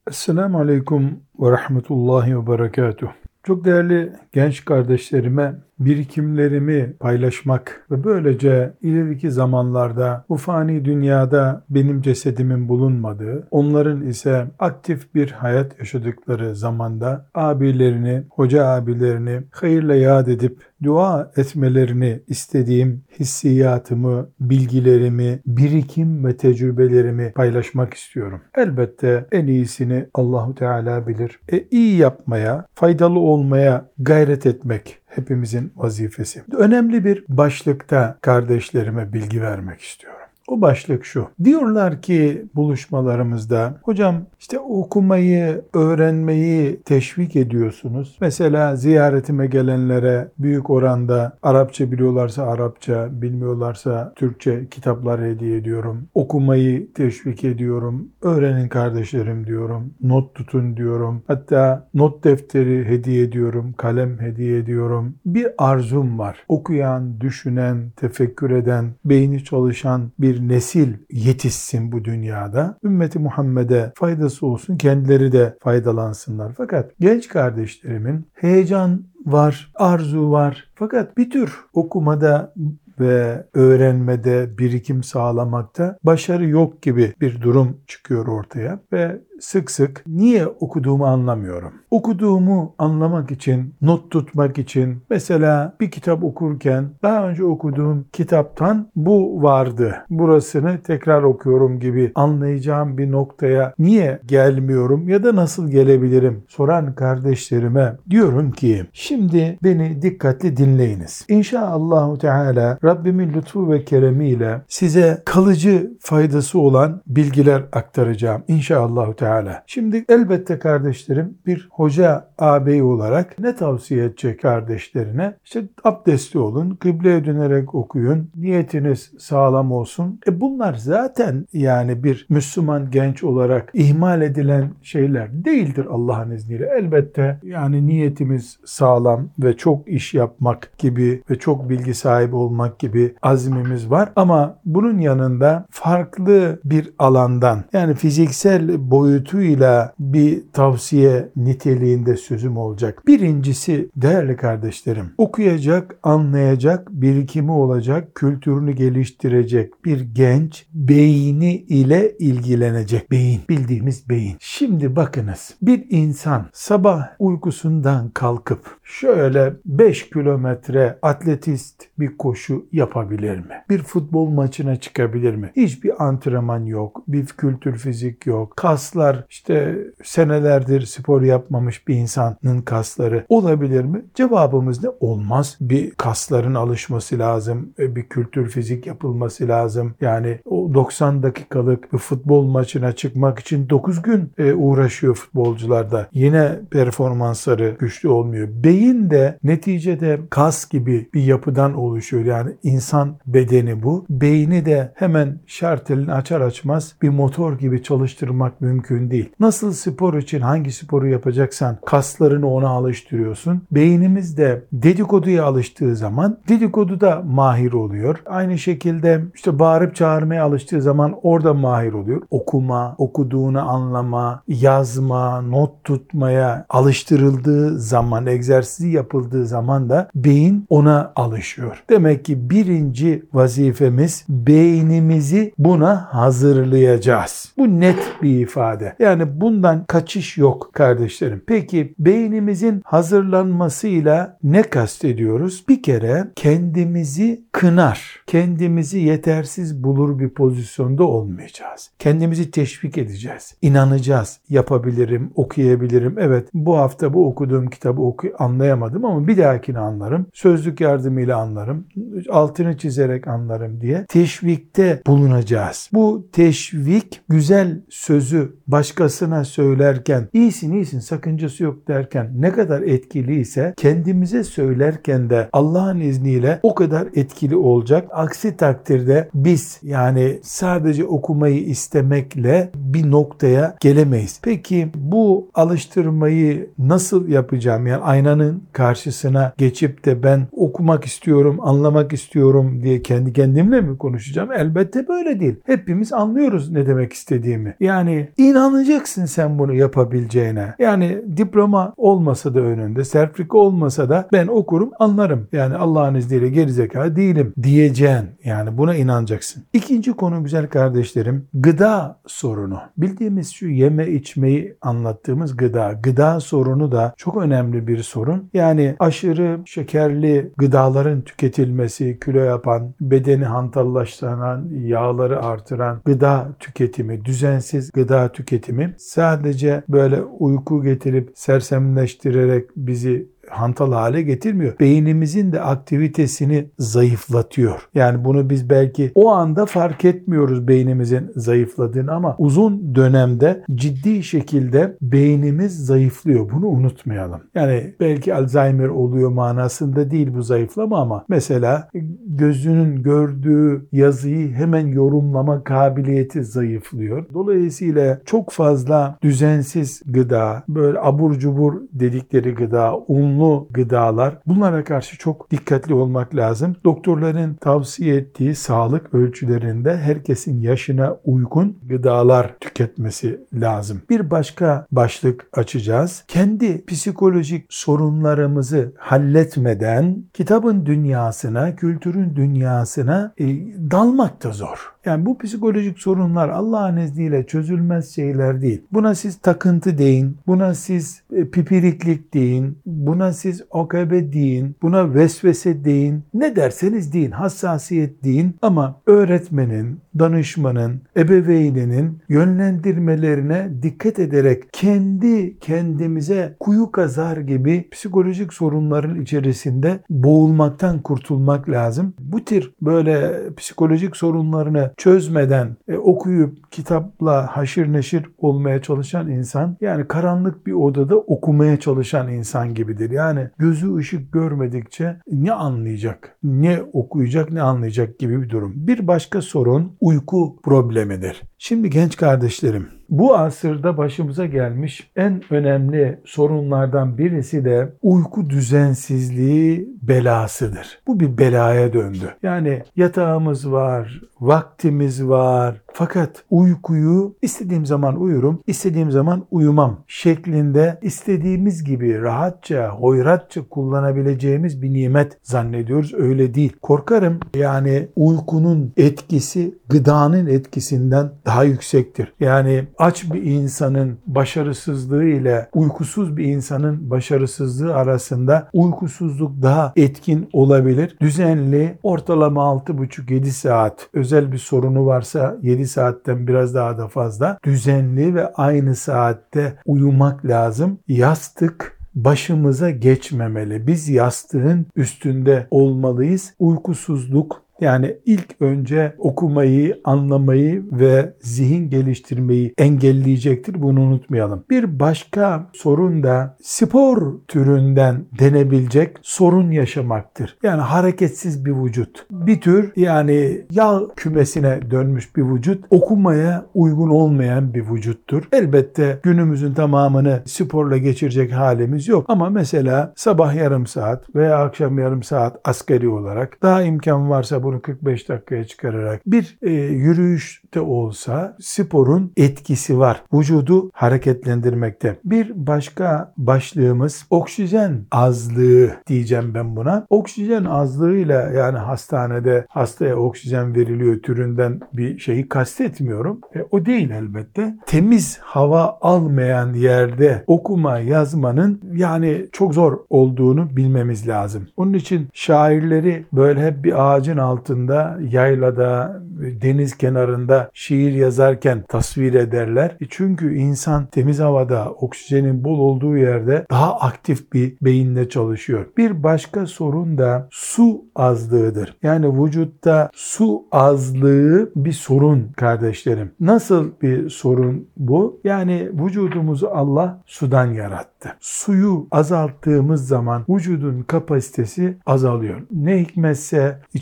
Esselamu Aleyküm ve Rahmetullahi ve Berekatuhu. Çok değerli genç kardeşlerime birikimlerimi paylaşmak ve böylece ileriki zamanlarda bu fani dünyada benim cesedimin bulunmadığı, onların ise aktif bir hayat yaşadıkları zamanda abilerini, hoca abilerini hayırla yad edip dua etmelerini istediğim hissiyatımı, bilgilerimi, birikim ve tecrübelerimi paylaşmak istiyorum. Elbette en iyisini Allahu Teala bilir. İyi yapmaya, faydalı olmaya gayret etmek hepimizin vazifesi. Önemli bir başlıkta kardeşlerime bilgi vermek istiyorum. O başlık şu. Diyorlar ki buluşmalarımızda, hocam işte okumayı, öğrenmeyi teşvik ediyorsunuz. Mesela ziyaretime gelenlere büyük oranda Arapça biliyorlarsa Arapça, bilmiyorlarsa Türkçe kitaplar hediye ediyorum. Okumayı teşvik ediyorum. Öğrenin kardeşlerim diyorum. Not tutun diyorum. Hatta not defteri hediye ediyorum. Kalem hediye ediyorum. Bir arzum var. Okuyan, düşünen, tefekkür eden, beyni çalışan bir nesil yetişsin bu dünyada. Ümmeti Muhammed'e faydası olsun, kendileri de faydalansınlar. Fakat genç kardeşlerimin heyecan var, arzu var. Fakat bir tür okumada ve öğrenmede, birikim sağlamakta başarı yok gibi bir durum çıkıyor ortaya ve sık sık niye okuduğumu anlamıyorum. Okuduğumu anlamak için, not tutmak için mesela bir kitap okurken daha önce okuduğum kitaptan bu vardı, burasını tekrar okuyorum gibi anlayacağım bir noktaya niye gelmiyorum ya da nasıl gelebilirim soran kardeşlerime diyorum ki şimdi beni dikkatli dinleyiniz. İnşaallahu Teala Rabbimin lütfu ve keremiyle size kalıcı faydası olan bilgiler aktaracağım İnşaallahu Teala. Şimdi elbette kardeşlerim bir hoca ağabey olarak ne tavsiye edecek kardeşlerine? İşte abdestli olun, kıbleye dönerek okuyun, niyetiniz sağlam olsun. Bunlar zaten yani bir Müslüman genç olarak ihmal edilen şeyler değildir Allah'ın izniyle. Elbette yani niyetimiz sağlam ve çok iş yapmak gibi ve çok bilgi sahibi olmak gibi azmimiz var. Ama bunun yanında farklı bir alandan yani fiziksel boyutuyla bir tavsiye niteliğinde sözüm olacak. Birincisi değerli kardeşlerim, okuyacak, anlayacak, birikimi olacak, kültürünü geliştirecek bir genç beyni ile ilgilenecek. Beyin, bildiğimiz beyin. Şimdi bakınız, bir insan sabah uykusundan kalkıp şöyle 5 kilometre atletist bir koşu yapabilir mi? Bir futbol maçına çıkabilir mi? Hiçbir antrenman yok, bir kültür fizik yok. Kaslar işte senelerdir spor yapmamış bir insanın kasları olabilir mi? Cevabımız ne? Olmaz. Bir kasların alışması lazım. Bir kültür fizik yapılması lazım. Yani o 90 dakikalık bir futbol maçına çıkmak için 9 gün uğraşıyor futbolcular da. Yine performansları güçlü olmuyor. Beyin de neticede kas gibi bir yapıdan oluşuyor. Yani insan bedeni bu. Beyni de hemen şartelini açar açmaz bir motor gibi çalıştırmak mümkün değil. Nasıl spor için hangi sporu yapacaksan kaslarını ona alıştırıyorsun. Beynimiz de dedikoduya alıştığı zaman dedikoduda mahir oluyor. Aynı şekilde işte bağırıp çağırmaya alıştığı zaman orada mahir oluyor. Okuma, okuduğunu anlama, yazma, not tutmaya alıştırıldığı zaman, egzersizi yapıldığı zaman da beyin ona alışıyor. Demek ki birinci vazifemiz beynimizi buna hazırlayacağız. Bu net bir ifade. Yani bundan kaçış yok kardeşlerim. Peki beynimizin hazırlanmasıyla ne kastediyoruz? Bir kere kendimizi kınar, kendimizi yetersiz bulur bir pozisyonda olmayacağız. Kendimizi teşvik edeceğiz. İnanacağız. Yapabilirim, okuyabilirim. Evet, bu hafta bu okuduğum kitabı anlayamadım ama bir dahakini anlarım. Sözlük yardımıyla anlarım. Altını çizerek anlarım diye teşvikte bulunacağız. Bu teşvik güzel sözü başkasına söylerken iyisin sakıncası yok derken ne kadar etkiliyse kendimize söylerken de Allah'ın izniyle o kadar etkili olacak. Aksi takdirde biz yani sadece okumayı istemekle bir noktaya gelemeyiz. Peki bu alıştırmayı nasıl yapacağım? Yani aynanın karşısına geçip de ben okumak istiyorum, anlamak istiyorum diye kendi kendimle mi konuşacağım? Elbette böyle değil. Hepimiz anlıyoruz ne demek istediğimi. Yani İnanacaksın sen bunu yapabileceğine. Yani diploma olmasa da önünde, sertifika olmasa da ben okurum, anlarım. Yani Allah'ın izniyle gerizekalı değilim diyeceksin. Yani buna inanacaksın. İkinci konu güzel kardeşlerim, gıda sorunu. Bildiğimiz şu yeme içmeyi anlattığımız gıda. Gıda sorunu da çok önemli bir sorun. Yani aşırı şekerli gıdaların tüketilmesi, kilo yapan, bedeni hantallaştıran, yağları artıran gıda tüketimi, düzensiz gıda tüketimi sadece böyle uyku getirip sersemleştirerek bizi hantal hale getirmiyor. Beynimizin de aktivitesini zayıflatıyor. Yani bunu biz belki o anda fark etmiyoruz beynimizin zayıfladığını ama uzun dönemde ciddi şekilde beynimiz zayıflıyor. Bunu unutmayalım. Yani belki Alzheimer oluyor manasında değil bu zayıflama ama mesela gözünün gördüğü yazıyı hemen yorumlama kabiliyeti zayıflıyor. Dolayısıyla çok fazla düzensiz gıda, böyle abur cubur dedikleri gıda, unlu gıdalar, bunlara karşı çok dikkatli olmak lazım. Doktorların tavsiye ettiği sağlık ölçülerinde herkesin yaşına uygun gıdalar tüketmesi lazım. Bir başka başlık açacağız. Kendi psikolojik sorunlarımızı halletmeden kitabın dünyasına, kültürün dünyasına dalmak da zor. Yani bu psikolojik sorunlar Allah'ın izniyle çözülmez şeyler değil. Buna siz takıntı deyin, buna siz pipiriklik deyin, buna siz okabe deyin, buna vesvese deyin, ne derseniz deyin, hassasiyet deyin ama öğretmenin, danışmanın, ebeveyninin yönlendirmelerine dikkat ederek kendi kendimize kuyu kazar gibi psikolojik sorunların içerisinde boğulmaktan kurtulmak lazım. Bu tür böyle psikolojik sorunlarını çözmeden okuyup kitapla haşır neşir olmaya çalışan insan, yani karanlık bir odada okumaya çalışan insan gibidir. Yani gözü ışık görmedikçe ne anlayacak, ne okuyacak, ne anlayacak gibi bir durum. Bir başka sorun uyku problemidir. Şimdi genç kardeşlerim, bu asırda başımıza gelmiş en önemli sorunlardan birisi de uyku düzensizliği belasıdır. Bu bir belaya döndü. Yani yatağımız var, vaktimiz var. Fakat uykuyu istediğim zaman uyurum, istediğim zaman uyumam şeklinde istediğimiz gibi rahatça, hoyratça kullanabileceğimiz bir nimet zannediyoruz. Öyle değil. Korkarım yani uykunun etkisi gıdanın etkisinden daha yüksektir. Yani aç bir insanın başarısızlığı ile uykusuz bir insanın başarısızlığı arasında uykusuzluk daha etkin olabilir. Düzenli ortalama 6,5-7 saat, özel bir sorunu varsa 7 saatten biraz daha da fazla düzenli ve aynı saatte uyumak lazım. Yastık başımıza geçmemeli. Biz yastığın üstünde olmalıyız. Uykusuzluk, yani ilk önce okumayı, anlamayı ve zihin geliştirmeyi engelleyecektir. Bunu unutmayalım. Bir başka sorun da spor türünden denebilecek sorun yaşamaktır. Yani hareketsiz bir vücut. Bir tür yani yağ kümesine dönmüş bir vücut, okumaya uygun olmayan bir vücuttur. Elbette günümüzün tamamını sporla geçirecek halimiz yok. Ama mesela sabah yarım saat veya akşam yarım saat asgari olarak, daha imkan varsa bunu 45 dakikaya çıkararak bir yürüyüşte olsa sporun etkisi var. Vücudu hareketlendirmekte. Bir başka başlığımız oksijen azlığı diyeceğim ben buna. Oksijen azlığıyla, yani hastanede hastaya oksijen veriliyor türünden bir şeyi kastetmiyorum. O değil elbette. Temiz hava almayan yerde okuma yazmanın yani çok zor olduğunu bilmemiz lazım. Onun için şairleri böyle hep bir ağacın altında, yaylada, deniz kenarında şiir yazarken tasvir ederler. Çünkü insan temiz havada, oksijenin bol olduğu yerde daha aktif bir beyinle çalışıyor. Bir başka sorun da su azlığıdır. Yani vücutta su azlığı bir sorun kardeşlerim. Nasıl bir sorun bu? Yani vücudumuzu Allah sudan yarattı. Suyu azalttığımız zaman vücudun kapasitesi azalıyor. Ne hikmetse içecek su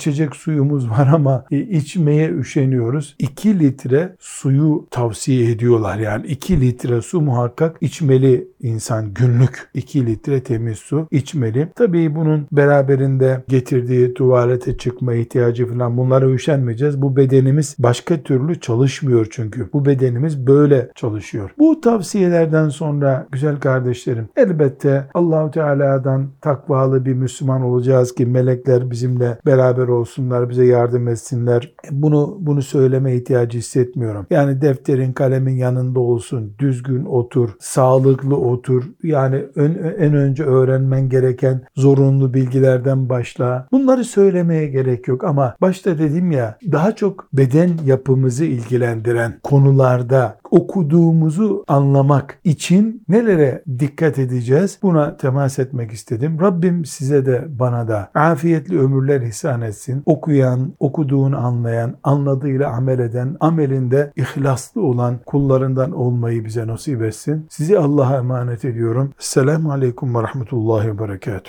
suyumuz var ama içmeye üşeniyoruz. 2 litre suyu tavsiye ediyorlar. Yani 2 litre su muhakkak içmeli insan günlük. 2 litre temiz su içmeli. Tabii bunun beraberinde getirdiği tuvalete çıkma ihtiyacı falan, bunlara üşenmeyeceğiz. Bu bedenimiz başka türlü çalışmıyor çünkü. Bu bedenimiz böyle çalışıyor. Bu tavsiyelerden sonra güzel kardeşlerim, elbette Allah-u Teala'dan takvalı bir Müslüman olacağız ki melekler bizimle beraber olsunlar, bize yardım etsinler. Bunu söyleme ihtiyacı hissetmiyorum. Yani defterin, kalemin yanında olsun, düzgün otur, sağlıklı otur. Yani en önce öğrenmen gereken zorunlu bilgilerden başla. Bunları söylemeye gerek yok ama başta dedim ya, daha çok beden yapımızı ilgilendiren konularda okuduğumuzu anlamak için nelere dikkat edeceğiz? Buna temas etmek istedim. Rabbim size de bana da afiyetli ömürler ihsan etsin. Okuyan, okuduğunu anlayan, anladığıyla amel eden, amelinde ihlaslı olan kullarından olmayı bize nasip etsin. Sizi Allah'a emanet ediyorum. Esselamu Aleyküm ve Rahmetullahi ve Berekatuhu.